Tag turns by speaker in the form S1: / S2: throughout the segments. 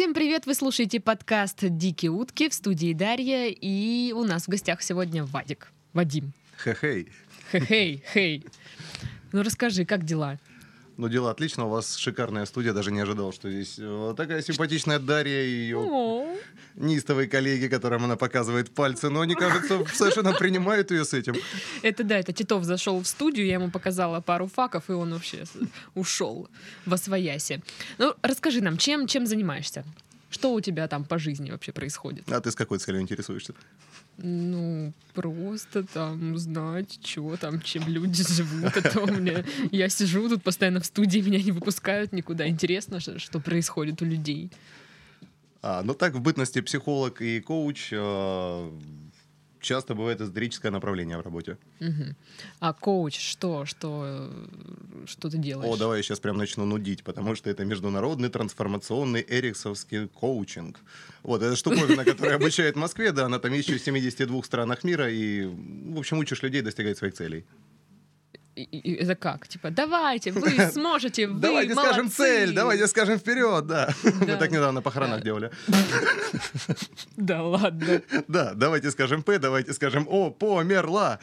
S1: Всем привет! Вы слушаете подкаст «Дикие утки», в студии Дарья, и у нас в гостях сегодня Вадим.
S2: Хе-хей.
S1: Хе-хей. Ну расскажи, как дела?
S2: Ну, дела отлично, у вас шикарная студия, даже не ожидал, что здесь такая симпатичная Дарья и ее неистовые коллеги, которым она показывает пальцы, но они, кажется, совершенно принимают ее с этим.
S1: Это Титов зашел в студию, я ему показала пару факов, и он вообще ушел восвояси. Ну, расскажи нам, чем занимаешься? Что у тебя там по жизни вообще происходит?
S2: А ты с какой целью интересуешься?
S1: Ну, просто там узнать, что там, чем люди живут. А то у меня... Я сижу тут постоянно в студии, меня не выпускают никуда. Интересно, что происходит у людей.
S2: Ну так, в бытности психолог и коуч часто бывает эзотерическое направление в работе.
S1: Угу. А коуч что ты делаешь?
S2: Давай я сейчас прям начну нудить, потому что это международный трансформационный эриксовский коучинг. Вот, это штуковина, которая обучает в Москве, да, она там есть еще в 72 странах мира, и, в общем, учишь людей достигать своих целей.
S1: И это как? Типа, давайте, вы сможете, вы
S2: давайте
S1: молодцы.
S2: Скажем цель, давайте скажем вперед, да. Мы так недавно на похоронах делали.
S1: Да ладно.
S2: Да, давайте скажем П, давайте скажем О, померла.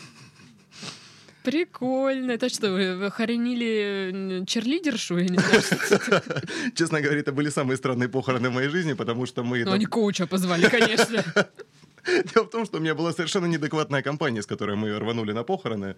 S1: Прикольно. Это что, вы хоронили черлидершу? Я не знаю.
S2: Честно говоря, это были самые странные похороны в моей жизни, потому что мы...
S1: Ну, они коуча позвали, конечно.
S2: Дело в том, что у меня была совершенно неадекватная компания, с которой мы рванули на похороны.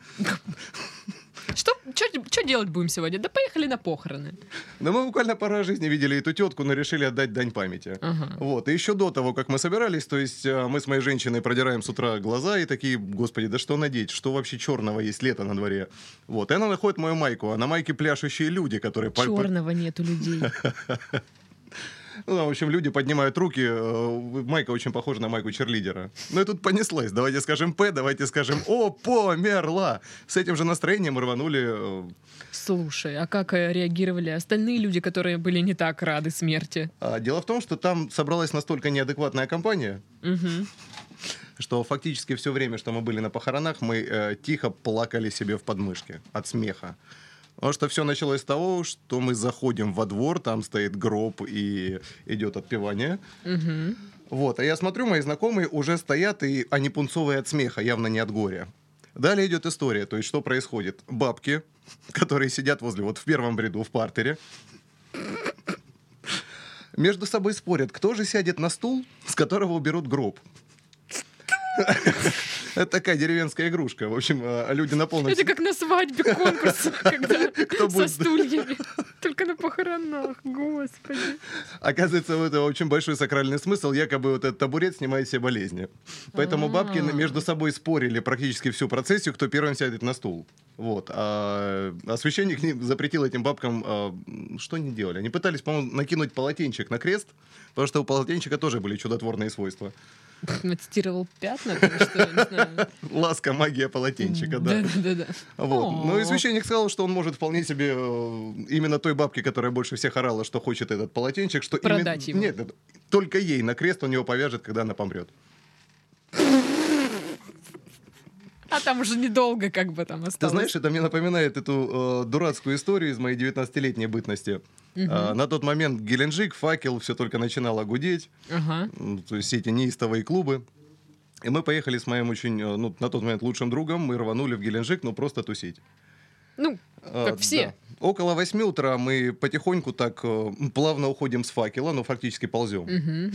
S1: Что делать будем сегодня? Да поехали на похороны.
S2: Да мы буквально пару раз в жизни видели эту тетку, но решили отдать дань памяти.
S1: Ага.
S2: Вот. И еще до того, как мы собирались, то есть мы с моей женщиной продираем с утра глаза и такие, господи, да что надеть? Что вообще черного есть, лето на дворе? Вот. И она находит мою майку, а на майке пляшущие люди, которые...
S1: Черного нету людей.
S2: Ну, в общем, люди поднимают руки. Майка очень похожа на майку черлидера. Ну и тут понеслось. Давайте скажем П, давайте скажем О, померла. С этим же настроением рванули.
S1: Слушай, а как реагировали остальные люди, которые были не так рады смерти?
S2: Дело в том, что там собралась настолько неадекватная компания, что фактически все время, что мы были на похоронах, мы тихо плакали себе в подмышке от смеха. Потому что все началось с того, что мы заходим во двор, там стоит гроб и идет отпевание.
S1: Угу.
S2: Вот, а я смотрю, мои знакомые уже стоят, и они пунцовые от смеха, явно не от горя. Далее идет история, то есть что происходит? Бабки, которые сидят возле, вот в первом ряду, в партере, между собой спорят, кто же сядет на стул, с которого уберут гроб. Это такая деревенская игрушка. В общем, люди на полном...
S1: Это как на свадьбе конкурс, когда со стульями. Только на похоронах, господи.
S2: Оказывается, в этом очень большой сакральный смысл. Якобы вот этот табурет снимает все болезни. Поэтому бабки между собой спорили практически всю процессию, кто первым сядет на стул. Вот. А священник запретил этим бабкам... Что они делали? Они пытались, по-моему, накинуть полотенчик на крест, потому что у полотенчика тоже были чудотворные свойства.
S1: Отстирывал пятна, что, не знаю.
S2: Ласка, магия полотенчика, да.
S1: Да.
S2: Вот. Ну и священник сказал, что он может вполне себе именно той бабке, которая больше всех орала, что хочет этот полотенчик, что
S1: продать его.
S2: Нет, только ей на крест он его повяжет, когда она помрет.
S1: А там уже недолго как бы там осталось.
S2: Ты знаешь, это мне напоминает эту дурацкую историю из моей 19-летней бытности. На тот момент Геленджик, Факел, все только начинало гудеть. То есть все эти неистовые клубы. И мы поехали с моим очень, на тот момент лучшим другом, мы рванули в Геленджик, просто тусить.
S1: Ну, как все.
S2: Да. Около 8 утра мы потихоньку так плавно уходим с Факела, фактически ползем.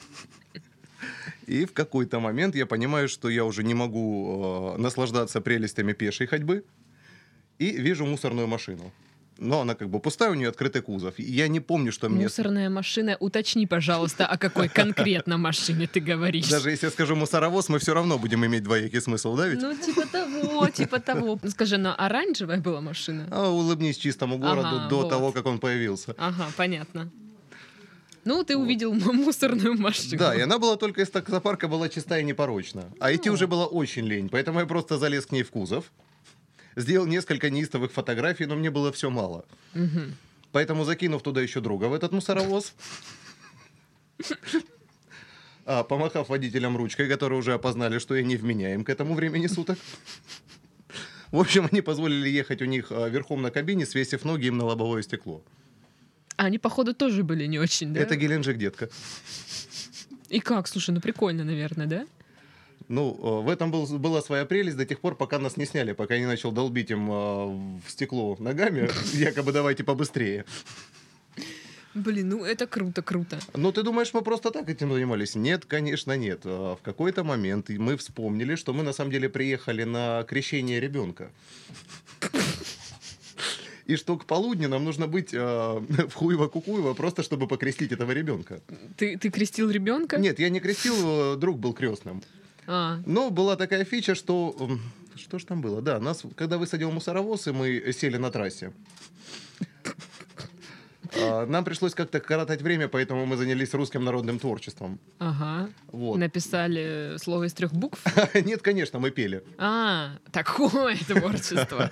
S2: И в какой-то момент я понимаю, что я уже не могу наслаждаться прелестями пешей ходьбы, и вижу мусорную машину. Но она как бы пустая, у нее открытый кузов. Я не помню, что мне...
S1: Мусорная машина, уточни, пожалуйста, о какой конкретно машине ты говоришь.
S2: Даже если я скажу мусоровоз, мы все равно будем иметь двоякий смысл, да ведь?
S1: Ну, типа того. Скажи, но оранжевая была машина?
S2: Улыбнись чистому городу до того, как он появился.
S1: Ага, понятно. Ну, ты увидел мусорную машину.
S2: Да, и она была только из таксопарка, была чистая и непорочна. А идти уже было очень лень, поэтому я просто залез к ней в кузов, сделал несколько неистовых фотографий, но мне было все мало. Поэтому, закинув туда еще друга в этот мусоровоз, помахав водителям ручкой, которые уже опознали, что я невменяем к этому времени суток, в общем, они позволили ехать у них верхом на кабине, свесив ноги им на лобовое стекло.
S1: А они, походу, тоже были не очень, да?
S2: Это Геленджик, детка.
S1: И как? Слушай, ну прикольно, наверное, да?
S2: Ну, в этом была своя прелесть до тех пор, пока нас не сняли, пока я не начал долбить им в стекло ногами, якобы давайте побыстрее.
S1: Блин, ну это круто, круто.
S2: Ну, ты думаешь, мы просто так этим занимались? Нет, конечно, нет. В какой-то момент мы вспомнили, что мы на самом деле приехали на крещение ребенка. И что к полудню нам нужно быть в Хуево-Кукуево, просто чтобы покрестить этого ребенка.
S1: Ты крестил ребенка?
S2: Нет, я не крестил, друг был крестным. Но была такая фича, что... Что ж там было? Да, нас, когда высадил мусоровоз, и мы сели на трассе. Нам пришлось как-то коротать время, поэтому мы занялись русским народным творчеством.
S1: Ага.
S2: Вот.
S1: Написали слово из 3 букв?
S2: Нет, конечно, мы пели.
S1: Такое творчество.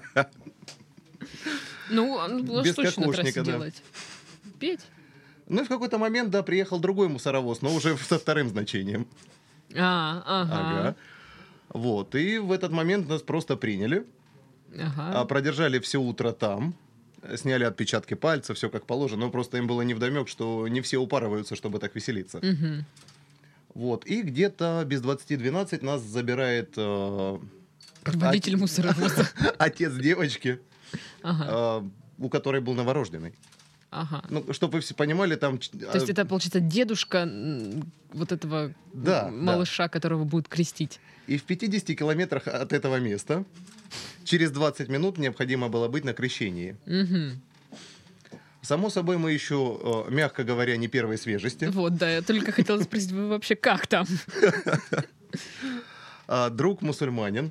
S1: Ну,
S2: Без
S1: что ж на трассе
S2: кокошника, да.
S1: делать? Петь?
S2: Ну и в какой-то момент, да, приехал другой мусоровоз, но уже со вторым значением.
S1: Ага.
S2: Вот, и в этот момент нас просто приняли,
S1: Ага.
S2: продержали все утро там, сняли отпечатки пальцев, все как положено, но просто им было невдомек, что не все упарываются, чтобы так веселиться.
S1: Угу.
S2: Вот, и где-то без 20:12 нас забирает
S1: Водитель мусоровоза.
S2: отец девочки,
S1: Ага.
S2: у которой был новорожденный.
S1: Ага.
S2: Ну, чтобы вы все понимали, там...
S1: То есть это, получается, дедушка вот этого малыша, которого будут крестить.
S2: И в 50 километрах от этого места через 20 минут необходимо было быть на крещении.
S1: Угу.
S2: Само собой, мы еще, мягко говоря, не первой свежести.
S1: Вот, да, я только хотела спросить, вы вообще как там?
S2: Друг мусульманин.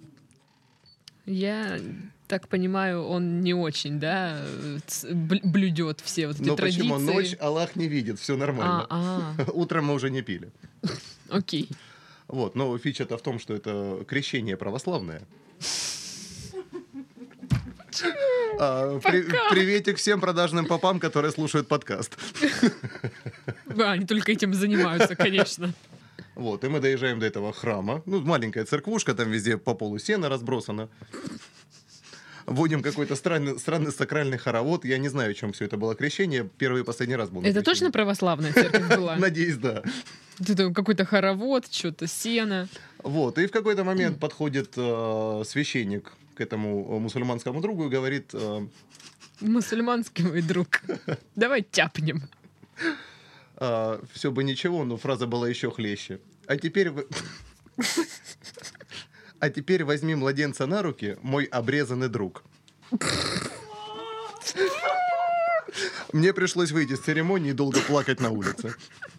S1: Я так понимаю, он не очень, да, блюдет все вот эти традиции.
S2: Но почему? Ночь Аллах не видит, все нормально. Утром мы уже не пили.
S1: Окей.
S2: Вот, но фича-то в том, что это крещение православное. Приветик всем продажным попам, которые слушают подкаст.
S1: Да, они только этим занимаются, конечно.
S2: Вот, и мы доезжаем до этого храма. Ну, маленькая церквушка, там везде по полу сено разбросано. Вводим какой-то странный сакральный хоровод. Я не знаю, о чем все это было крещение. Первый и последний раз был.
S1: Это точно православная церковь была?
S2: Надеюсь, да.
S1: Это какой-то хоровод, что-то сено.
S2: Вот, и в какой-то момент подходит священник к этому мусульманскому другу и говорит...
S1: Мусульманский мой друг, давай тяпнем.
S2: Все бы ничего, но фраза была еще хлеще. А теперь возьми младенца на руки, мой обрезанный друг. Мне пришлось выйти с церемонии и долго плакать на улице.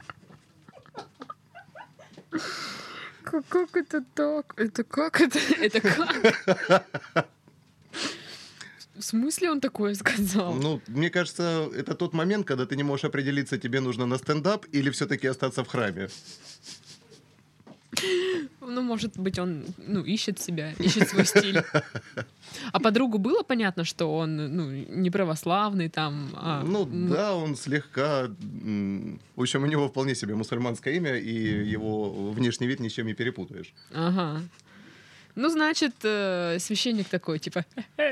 S1: Как это так? Это как это? Это как? В смысле он такое сказал?
S2: Ну, мне кажется, это тот момент, когда ты не можешь определиться, тебе нужно на стендап или все-таки остаться в храме.
S1: Ну, может быть, он ищет себя, ищет свой стиль. А подругу было понятно, что он не православный там?
S2: Да, он слегка... В общем, у него вполне себе мусульманское имя, и его внешний вид ни с чем не перепутаешь.
S1: Ага. Ну, значит, священник такой, типа...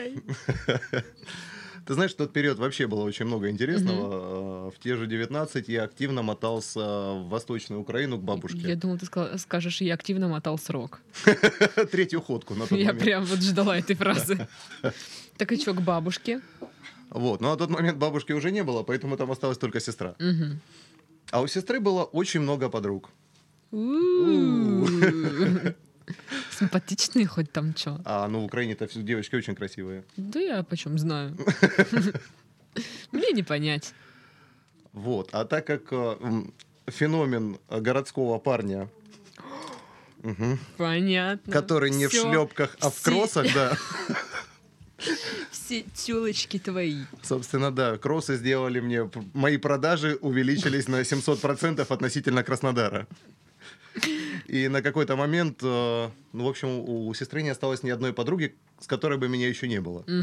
S2: Ты знаешь, в тот период вообще было очень много интересного. В те же 19 я активно мотался в Восточную Украину к бабушке.
S1: Я думала, ты скажешь, я активно мотал срок.
S2: Третью ходку на тот
S1: Я
S2: момент.
S1: прям вот ждала этой фразы. Так и что, к бабушке?
S2: Вот, но на тот момент бабушки уже не было, поэтому там осталась только сестра. А у сестры было очень много подруг.
S1: Симпатичные хоть там что?
S2: В Украине-то все девочки очень красивые.
S1: Да я почем знаю. Мне не понять.
S2: Вот, а так как феномен городского парня,
S1: Понятно.
S2: который не в шлепках, а в кроссах, да.
S1: Все тёлочки твои.
S2: Собственно, да, кроссы сделали мне... Мои продажи увеличились на 700% относительно Краснодара. И на какой-то момент, в общем, у сестры не осталось ни одной подруги, с которой бы меня еще не было.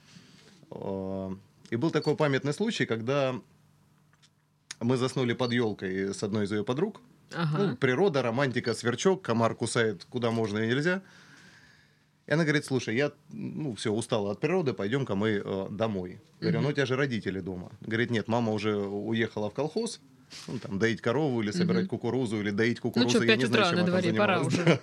S2: И был такой памятный случай, когда мы заснули под елкой с одной из ее подруг. Природа, романтика, сверчок, комар кусает куда можно и нельзя. И она говорит, слушай, я, все, устала от природы, пойдем-ка мы домой. Говорю, ну у тебя же родители дома. Говорит, нет, мама уже уехала в колхоз, там, доить корову или собирать кукурузу, или доить кукурузу.
S1: Ну что, 5 утра на дворе, пора уже.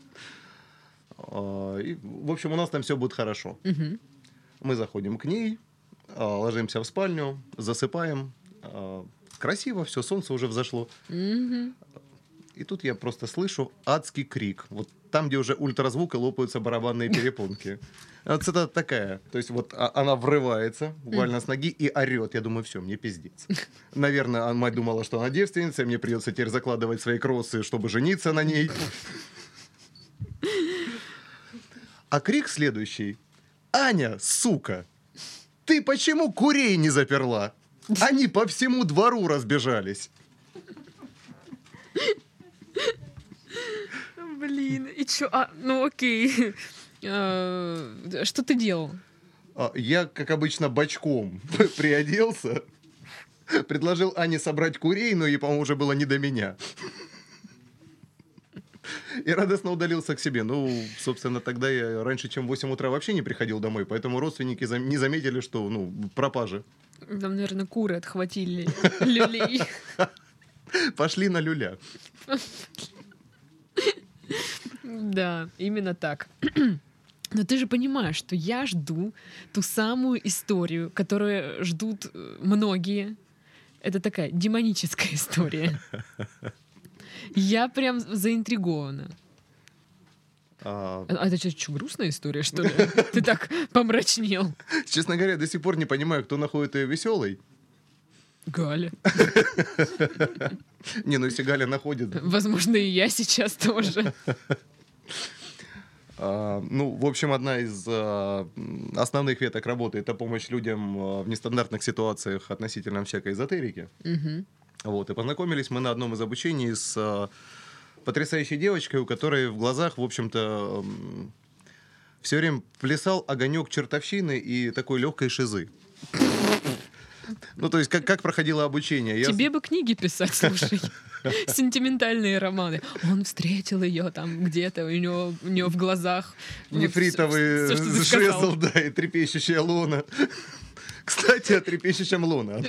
S2: И, в общем, у нас там все будет хорошо. Мы заходим к ней, ложимся в спальню, засыпаем. Красиво, все, солнце уже взошло. И тут я просто слышу адский крик. Вот там, где уже ультразвук и лопаются барабанные перепонки. Вот цитата такая. То есть вот она врывается буквально с ноги и орет. Я думаю, все, мне пиздец. Наверное, мать думала, что она девственница, и мне придется теперь закладывать свои кроссы, чтобы жениться на ней. А крик следующий. Аня, сука, ты почему курей не заперла? Они по всему двору разбежались.
S1: Блин, и чё? Ну окей. Что ты делал?
S2: Я, как обычно, бочком приоделся. Предложил Ане собрать курей, но ей, по-моему, уже было не до меня. И радостно удалился к себе. Ну, собственно, тогда я раньше, чем в 8 утра, вообще не приходил домой. Поэтому родственники не заметили, что, пропажа.
S1: Там, наверное, куры отхватили люлей.
S2: Пошли на люля.
S1: Да, именно так. Но ты же понимаешь, что я жду ту самую историю, которую ждут многие. Это такая демоническая история. Я прям заинтригована. Это что, грустная история, что ли? Ты так помрачнел.
S2: Честно говоря, до сих пор не понимаю, кто находит ее веселой.
S1: Галя.
S2: Не, ну если Галя находит...
S1: Возможно, и я сейчас тоже.
S2: В общем, одна из основных веток работы — это помощь людям в нестандартных ситуациях относительно всякой эзотерики. Вот, и познакомились мы на одном из обучений с потрясающей девочкой, у которой в глазах, в общем-то, все время плясал огонек чертовщины и такой легкой шизы. Ну, то есть, как проходило обучение?
S1: Тебе бы книги писать, слушай. Сентиментальные романы. Он встретил ее там где-то, у него в глазах...
S2: Нефритовый жезл, да, и трепещущая луна. Кстати, о трепещущем луна.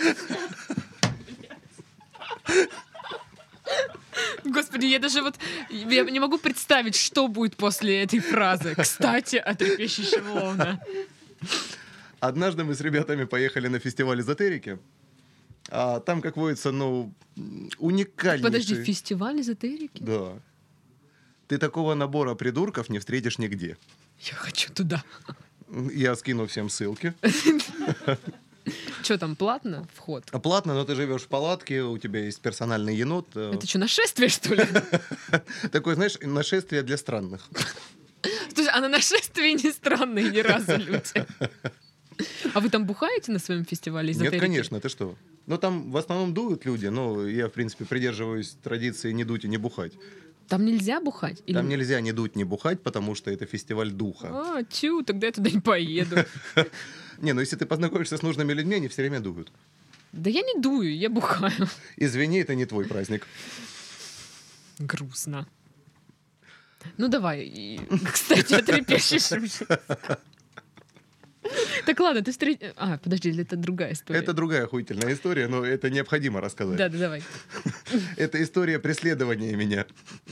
S1: Господи, я не могу представить, что будет после этой фразы. Кстати, о трепещущем луна.
S2: Однажды мы с ребятами поехали на фестиваль эзотерики. А там, как водится, уникальнейший...
S1: Подожди, фестиваль эзотерики?
S2: Да. Ты такого набора придурков не встретишь нигде.
S1: Я хочу туда.
S2: Я скину всем ссылки.
S1: Что там, платно вход?
S2: Платно, но ты живешь в палатке, у тебя есть персональный енот.
S1: Это что, нашествие, что ли?
S2: Такое, знаешь, нашествие для странных.
S1: Слушай, а на нашествии не странные ни разу люди. А вы там бухаете на своем фестивале эзотерики?
S2: Нет, конечно, ты что? Ну, там в основном дуют люди, но я, в принципе, придерживаюсь традиции не дуть и не бухать.
S1: Там нельзя бухать? Или...
S2: Там нельзя не дуть, не бухать, потому что это фестиваль духа.
S1: Тогда я туда не поеду.
S2: Не, ну если ты познакомишься с нужными людьми, они все время дуют.
S1: Да я не дую, я бухаю.
S2: Извини, это не твой праздник.
S1: Грустно. Ну давай, кстати, о трепещущем. Так ладно, ты встретил... подожди, это другая история.
S2: Это другая охуительная история, но это необходимо рассказать.
S1: Да, давай.
S2: Это история преследования меня.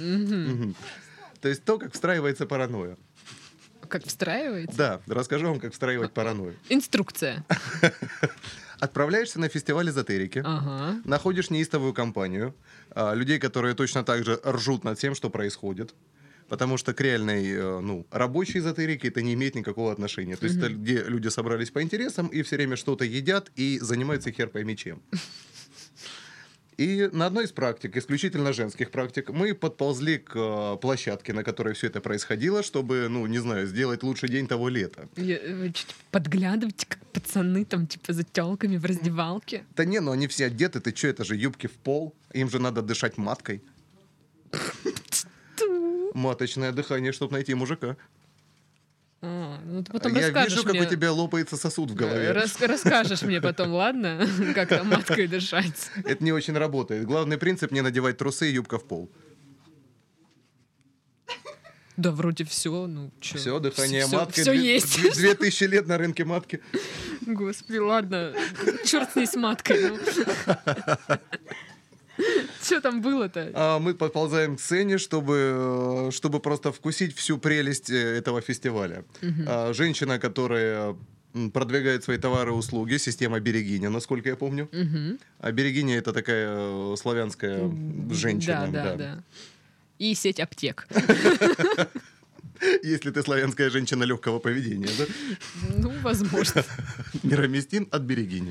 S2: То есть то, как встраивается паранойя.
S1: Как встраивается?
S2: Да, расскажу вам, как встраивать паранойю.
S1: Инструкция.
S2: Отправляешься на фестиваль эзотерики, находишь неистовую компанию, людей, которые точно так же ржут над всем, что происходит. Потому что к реальной, рабочей эзотерике это не имеет никакого отношения. То есть это где люди собрались по интересам и все время что-то едят и занимаются хер пойми чем. И на одной из практик, исключительно женских практик, мы подползли к площадке, на которой все это происходило, чтобы, сделать лучший день того лета.
S1: Вы чуть подглядываете, как пацаны там, за тёлками в раздевалке?
S2: Да не, они все одеты, ты что, это же юбки в пол, им же надо дышать маткой. Маточное дыхание, чтобы найти мужика.
S1: Ты потом
S2: я
S1: расскажешь
S2: вижу,
S1: мне...
S2: как у тебя лопается сосуд в голове.
S1: Расскажешь мне потом, ладно? Как там маткой дышать.
S2: Это не очень работает. Главный принцип — не надевать трусы и юбка в пол.
S1: Да, вроде все, ну чё.
S2: Все, дыхание матки.
S1: Все есть.
S2: 2000 лет на рынке матки.
S1: Господи, ладно, черт с ней с маткой. Что там было-то?
S2: Мы подползаем к сцене, чтобы просто вкусить всю прелесть этого фестиваля. Женщина, которая продвигает свои товары и услуги, система Берегиня, насколько я помню. А Берегиня — это такая славянская женщина.
S1: Да. И сеть аптек.
S2: Если ты славянская женщина легкого поведения, да?
S1: Ну, возможно.
S2: Мироместин от Берегини.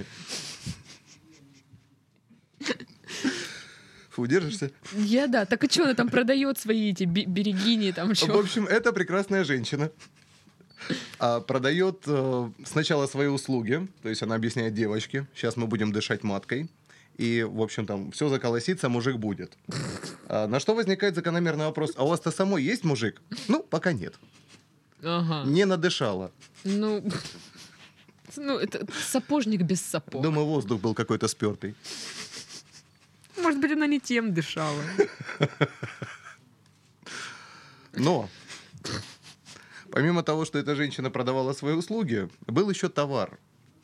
S2: Фу, держишься?
S1: Да. Так и что она там продает свои эти берегини, там что?
S2: В общем, это прекрасная женщина. Продает сначала свои услуги, то есть она объясняет девочке: сейчас мы будем дышать маткой, и, в общем, там все заколосится, мужик будет. На что возникает закономерный вопрос: а у вас-то самой есть мужик? Ну, пока нет.
S1: Ага.
S2: Не надышала.
S1: Ну, это сапожник без сапог.
S2: Думаю, воздух был какой-то спёртый.
S1: Может быть, она не тем дышала.
S2: Но помимо того, что эта женщина продавала свои услуги, был еще товар.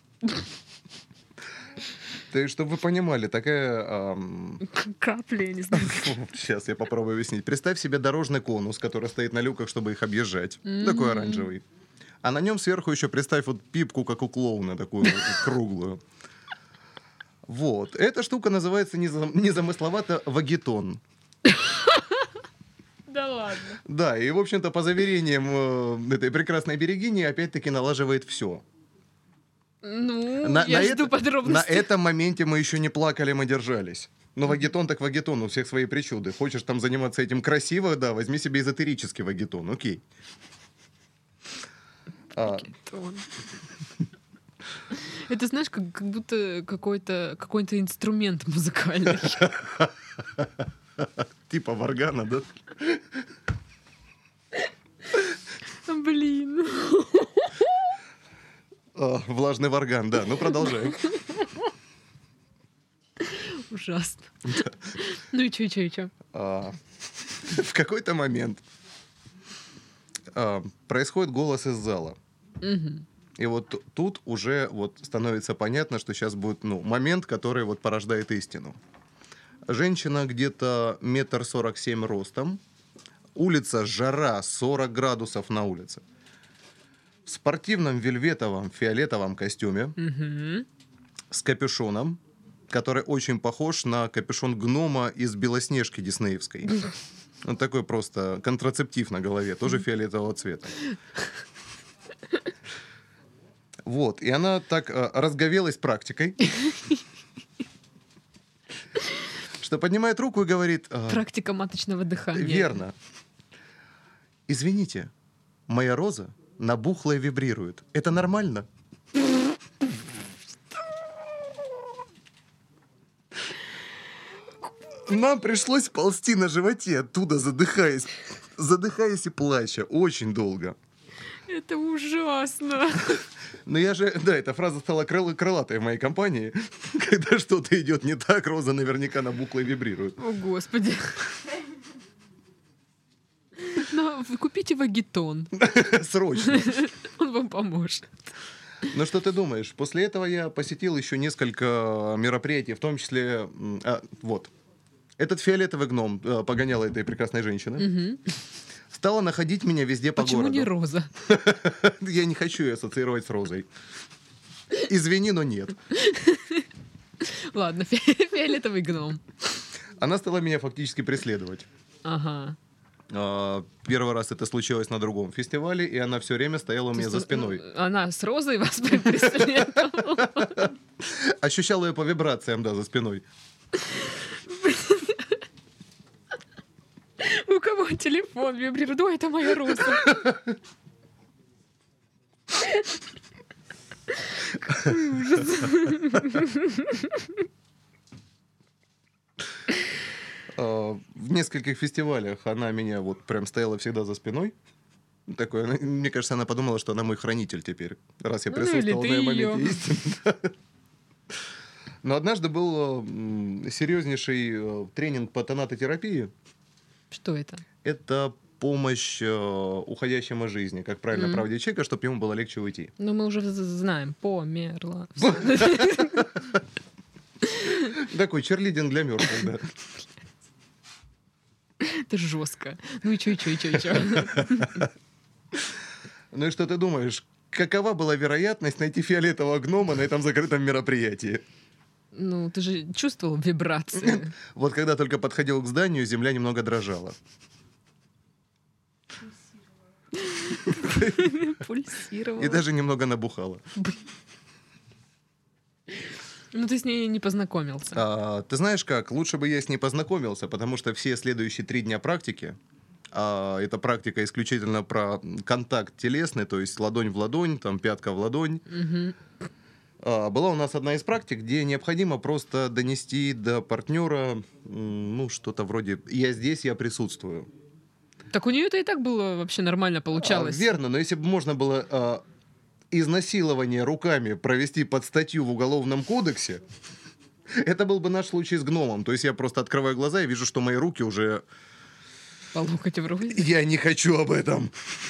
S2: То есть, чтобы вы понимали, такая...
S1: Капли, я не знаю.
S2: Сейчас я попробую объяснить. Представь себе дорожный конус, который стоит на люках, чтобы их объезжать. Такой оранжевый. А на нем сверху еще представь вот пипку, как у клоуна, такую круглую. Вот. Эта штука называется незамысловато вагетон.
S1: Да ладно.
S2: Да, и, в общем-то, по заверениям этой прекрасной Берегини, опять-таки налаживает все.
S1: Ну, я жду подробностей.
S2: На этом моменте мы еще не плакали, мы держались. Но вагетон так вагетон, у всех свои причуды. Хочешь там заниматься этим красиво, да, возьми себе эзотерический вагетон, окей.
S1: Вагетон. Это, знаешь, как будто какой-то инструмент музыкальный.
S2: Типа варгана, да?
S1: Блин.
S2: Влажный варган, да. Ну, продолжаем.
S1: Ужасно. Ну и чё?
S2: В какой-то момент происходит голос из зала. И вот тут уже вот становится понятно, что сейчас будет момент, который вот порождает истину. Женщина где-то 1,47 м ростом. Улица, жара, 40 градусов на улице. В спортивном вельветовом фиолетовом костюме. С капюшоном, который очень похож на капюшон гнома из «Белоснежки» диснеевской. Он такой просто контрацептив на голове, тоже фиолетового цвета. Вот, и она так разговелась практикой, что поднимает руку и говорит...
S1: Практика маточного дыхания.
S2: Верно. Извините, моя роза набухла и вибрирует. Это нормально? Нам пришлось ползти на животе оттуда, задыхаясь и плача. Очень долго.
S1: Это ужасно.
S2: Но я же... Да, эта фраза стала крылатой в моей компании. Когда что-то идет не так, роза наверняка набухла и вибрирует.
S1: О, Господи. Но вы купите вагетон.
S2: Срочно.
S1: Он вам поможет.
S2: Ну что ты думаешь? После этого я посетил еще несколько мероприятий, в том числе... вот. Этот фиолетовый гном погоняла этой прекрасной женщины. Стала находить меня везде по городу.
S1: Почему не роза?
S2: Я не хочу ее ассоциировать с розой. Извини, но нет.
S1: Ладно, фиолетовый гном.
S2: Она стала меня фактически преследовать.
S1: Ага.
S2: Первый раз это случилось на другом фестивале, и она все время стояла у меня за спиной.
S1: Она с розой вас преследовала?
S2: Ощущала ее по вибрациям, да, за спиной.
S1: У кого телефон вибрирует? Ой, это моя роза. Какой ужас.
S2: В нескольких фестивалях она меня вот прям стояла всегда за спиной. Такое, мне кажется, она подумала, что она мой хранитель теперь, раз я присутствовал на моменте истины. Но однажды был серьезнейший тренинг по тонатотерапии.
S1: Что это?
S2: Это помощь уходящим из жизни, как правильно проводить человека, чтобы ему было легче уйти.
S1: Ну, мы уже знаем, померла.
S2: Такой черлидинг для мертвых, да.
S1: Это жестко. Ну и чё.
S2: Ну и что ты думаешь, какова была вероятность найти фиолетового гнома на этом закрытом мероприятии?
S1: Ну, ты же чувствовал вибрации.
S2: Вот когда только подходил к зданию, земля немного дрожала.
S1: Пульсировала.
S2: И даже немного набухала.
S1: Ну, ты с ней не познакомился.
S2: Ты знаешь как, лучше бы я с ней познакомился, потому что все следующие 3 дня практики, эта практика исключительно про контакт телесный, то есть ладонь в ладонь, там пятка в ладонь. Была у нас одна из практик, где необходимо просто донести до партнера, ну, что-то вроде «я здесь, я присутствую».
S1: Так у нее это и так было вообще нормально получалось.
S2: Верно, но если бы можно было изнасилование руками провести под статью в Уголовном кодексе, это был бы наш случай с гномом. То есть я просто открываю глаза и вижу, что мои руки уже...
S1: По локоть в руль?
S2: Я не хочу об этом.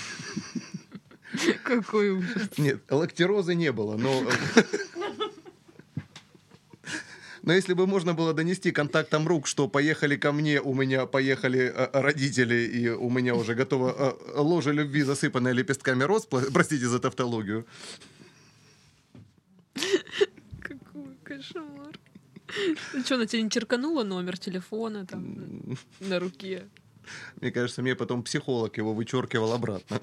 S1: Какой ужас.
S2: Нет, лактерозы не было, но... Но если бы можно было донести контактом рук, что поехали ко мне, у меня поехали родители, и у меня уже готово ложе любви, засыпанное лепестками роз, простите за тавтологию.
S1: Какой кошмар. Ну что, она тебе не черканула номер телефона там на руке?
S2: Мне кажется, мне потом психолог его вычеркивал обратно.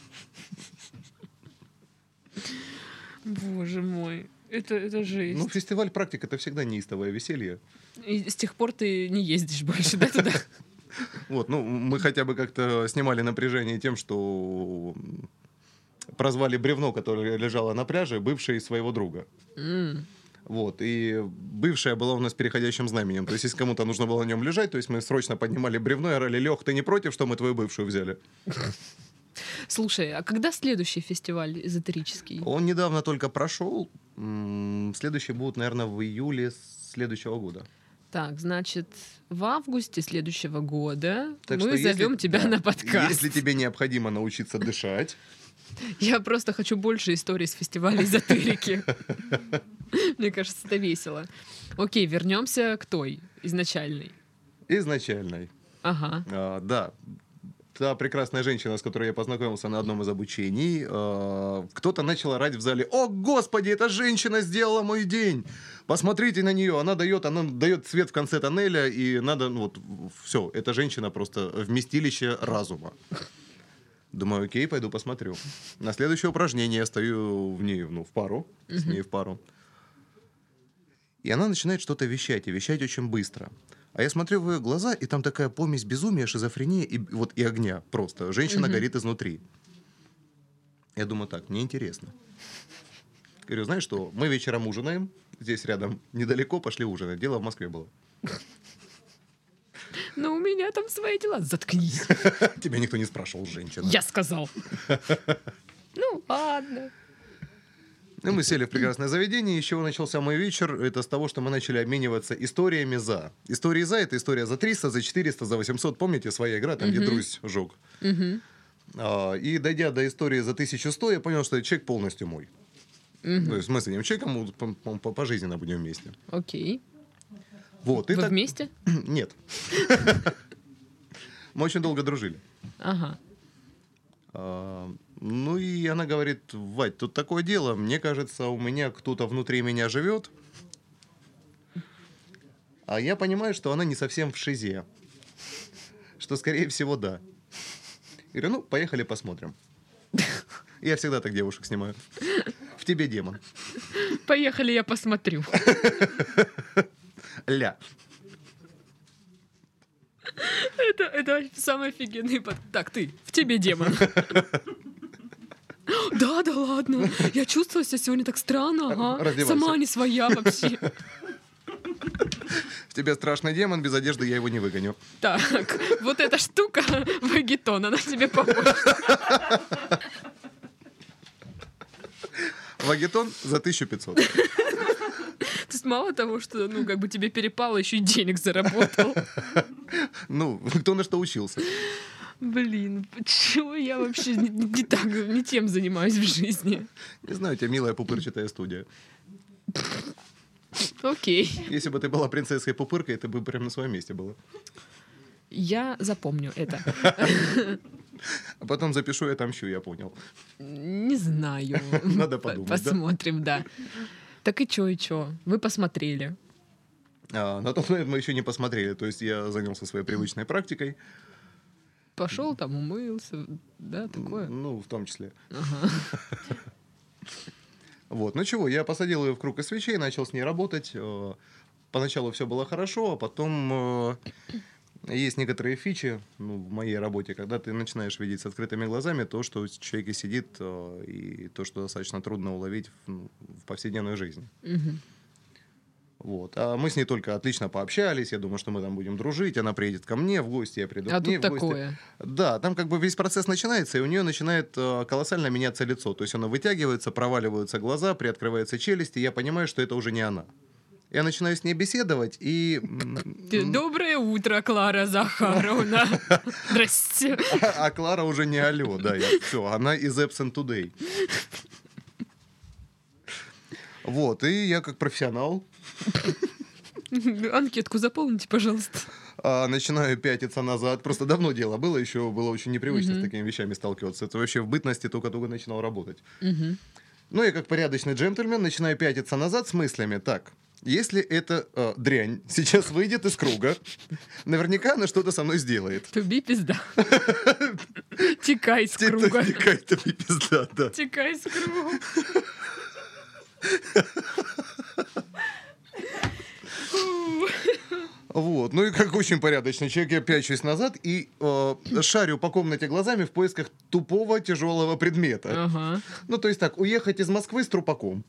S1: Боже мой. Это жесть.
S2: Ну, фестиваль практик — это всегда неистовое веселье.
S1: И с тех пор ты не ездишь больше, да, туда?
S2: Вот, ну, мы хотя бы как-то снимали напряжение тем, что прозвали бревно, которое лежало на пляже, бывшей своего друга. Вот, и бывшая была у нас переходящим знаменем. То есть, если кому-то нужно было на нем лежать, то есть мы срочно поднимали бревно и орали: «Лёх, ты не против, что мы твою бывшую взяли?»
S1: Слушай, а когда следующий фестиваль эзотерический?
S2: Он недавно только прошел. Следующие будут, наверное, в июле следующего года.
S1: Так, значит, в августе следующего года
S2: Так
S1: мы зовем тебя на подкаст.
S2: Если тебе необходимо научиться дышать.
S1: Я просто хочу больше историй с фестиваля эзотерики. Мне кажется, это весело. Окей, вернемся к той, изначальной.
S2: Изначальной.
S1: Ага.
S2: Да. Та прекрасная женщина, с которой я познакомился на одном из обучений, кто-то начал орать в зале: «О, Господи, эта женщина сделала мой день! Посмотрите на нее, она дает свет в конце тоннеля, и надо, ну, вот, все, эта женщина просто вместилище разума». Думаю, окей, пойду посмотрю. На следующее упражнение я стою в ней, в пару, с ней в пару. И она начинает что-то вещать, и вещать очень быстро. А я смотрю в ее глаза, и там такая помесь безумия, шизофрения и огня просто. Женщина горит изнутри. Я думаю, так, мне интересно. Говорю, знаешь что, мы вечером ужинаем, здесь рядом, недалеко, пошли ужинать. Дело в Москве было.
S1: Ну, у меня там свои дела. Заткнись.
S2: Тебя никто не спрашивал, женщина.
S1: Я сказал. Ну, ладно.
S2: Ну, мы сели в прекрасное заведение. Еще начался мой вечер. Это с того, что мы начали обмениваться историями за. Истории за — это история за 300, за 400, за 800. Помните, своя игра, там, где Друзь жег. И дойдя до истории за 1100, я понял, что этот человек полностью мой. То есть мы с этим человеком пожизненно будем вместе.
S1: Окей.
S2: Вот,
S1: Вы вместе?
S2: Нет. Мы очень долго дружили.
S1: Ага.
S2: Ну и она говорит: «Вать, тут такое дело, мне кажется, у меня кто-то внутри меня живет, а я понимаю, что она не совсем в шизе, что, скорее всего, да». Я говорю: «Ну, поехали посмотрим». Я всегда так девушек снимаю. В тебе демон.
S1: Поехали, я посмотрю.
S2: Ля.
S1: Это самый офигенный Так, ты, в тебе демон. Да ладно. Я чувствовала себя сегодня так странно, ага. Сама не своя вообще.
S2: В тебе страшный демон, без одежды я его не выгоню.
S1: Так, вот эта штука, вагетон, она тебе поможет.
S2: Вагетон за 1500.
S1: То есть мало того, что, ну, как бы тебе перепало, еще и денег заработал.
S2: Ну, кто на что учился.
S1: Блин, почему я вообще не так, не тем занимаюсь в жизни?
S2: Не знаю, у тебя милая пупырчатая студия.
S1: Окей.
S2: Если бы ты была принцессой пупыркой, ты бы прямо на своем месте была.
S1: Я запомню это.
S2: А потом запишу и отомщу, я понял.
S1: Не знаю.
S2: Надо подумать, да?
S1: Посмотрим, да. Так и чё? Вы посмотрели.
S2: На тот момент мы еще не посмотрели. То есть я занялся своей привычной практикой.
S1: Пошел там, умылся, да, такое?
S2: Ну, в том числе.
S1: Ага.
S2: Вот, ну чего, я посадил ее в круг из свечей, начал с ней работать. Поначалу все было хорошо, а потом есть некоторые фичи в моей работе, когда ты начинаешь видеть с открытыми глазами то, что у человека сидит, и то, что достаточно трудно уловить в повседневной жизни.
S1: Мгм.
S2: Вот. А мы с ней только отлично пообщались, я думаю, что мы там будем дружить, она приедет ко мне в гости, я приду
S1: А
S2: к ней
S1: тут
S2: в гости.
S1: такое.
S2: Да, там как бы весь процесс начинается, и у нее начинает колоссально меняться лицо. То есть оно вытягивается, проваливаются глаза, приоткрываются челюсти, и я понимаю, что это уже не она. Я начинаю с ней беседовать, и...
S1: Доброе утро, Клара Захаровна. Здрасте.
S2: А Клара уже не алло, да, все, она из Absent Today. Вот, и я как профессионал
S1: Анкетку заполните, пожалуйста.
S2: начинаю пятиться назад. Просто давно дело было, еще было очень непривычно с
S1: Мгм.
S2: такими вещами сталкиваться. Это вообще в бытности только-только начинал работать.
S1: Мгм.
S2: Ну, я как порядочный джентльмен начинаю пятиться назад с мыслями. Так, если эта дрянь сейчас выйдет из круга, наверняка она что-то со мной сделает.
S1: Туби пизда. Текай с круга.
S2: Какая-то пизда, да.
S1: Текай с круга.
S2: Вот. Ну и как очень порядочный человек, я пячусь назад и шарю по комнате глазами в поисках тупого тяжелого предмета.
S1: Ага.
S2: Ну, то есть так, уехать из Москвы с трупаком.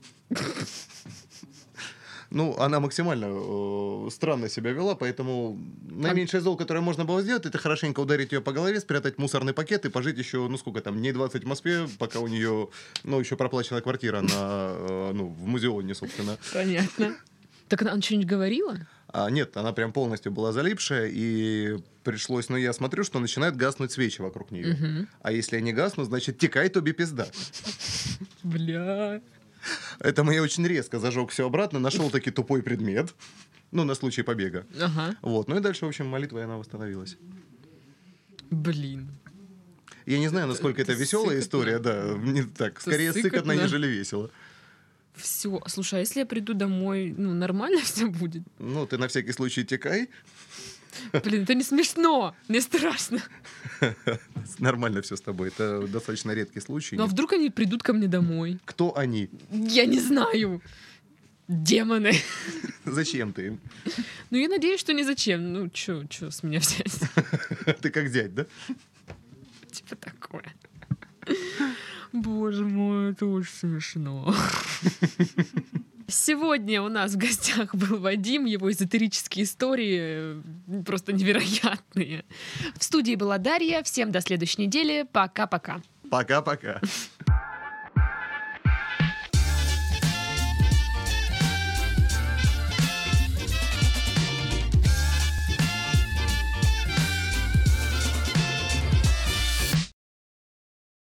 S2: Ну, она максимально странно себя вела, поэтому наименьшее зло, которое можно было сделать, это хорошенько ударить ее по голове, спрятать в мусорный пакет и пожить еще, ну сколько там, дней 20 в Москве, пока у нее, ну, еще проплачена квартира в музеоне, собственно.
S1: Понятно. Так она что-нибудь говорила?
S2: Нет, она прям полностью была залипшая, и пришлось, ну, я смотрю, что начинают гаснуть свечи вокруг нее.
S1: Мгм.
S2: А если они гаснут, значит, текай, тоби пизда.
S1: Бля.
S2: Это я очень резко зажег все обратно, нашел таки тупой предмет, ну, на случай побега.
S1: Ага.
S2: Вот, ну и дальше, в общем, молитвой она восстановилась.
S1: Блин.
S2: Я не знаю, насколько это
S1: Это
S2: веселая
S1: сыкотно.
S2: история, да, не так, скорее сыкотно,
S1: сыкотно.
S2: нежели весело.
S1: Все. Слушай, а если я приду домой, ну, нормально все будет?
S2: Ну, ты на всякий случай текай,
S1: Блин, это не смешно. Мне страшно.
S2: нормально все с тобой, это достаточно редкий случай.
S1: Ну, а вдруг они придут ко мне домой?
S2: Кто они?
S1: Я не знаю. Демоны.
S2: Зачем ты им?
S1: Ну, я надеюсь, что не зачем. Ну, чё с меня взять?
S2: Ты как зять, да?
S1: Типа такое. Боже мой, это очень смешно. Сегодня у нас в гостях был Вадим, его эзотерические истории просто невероятные. В студии была Дарья. Всем до следующей недели. Пока-пока.
S2: Пока-пока.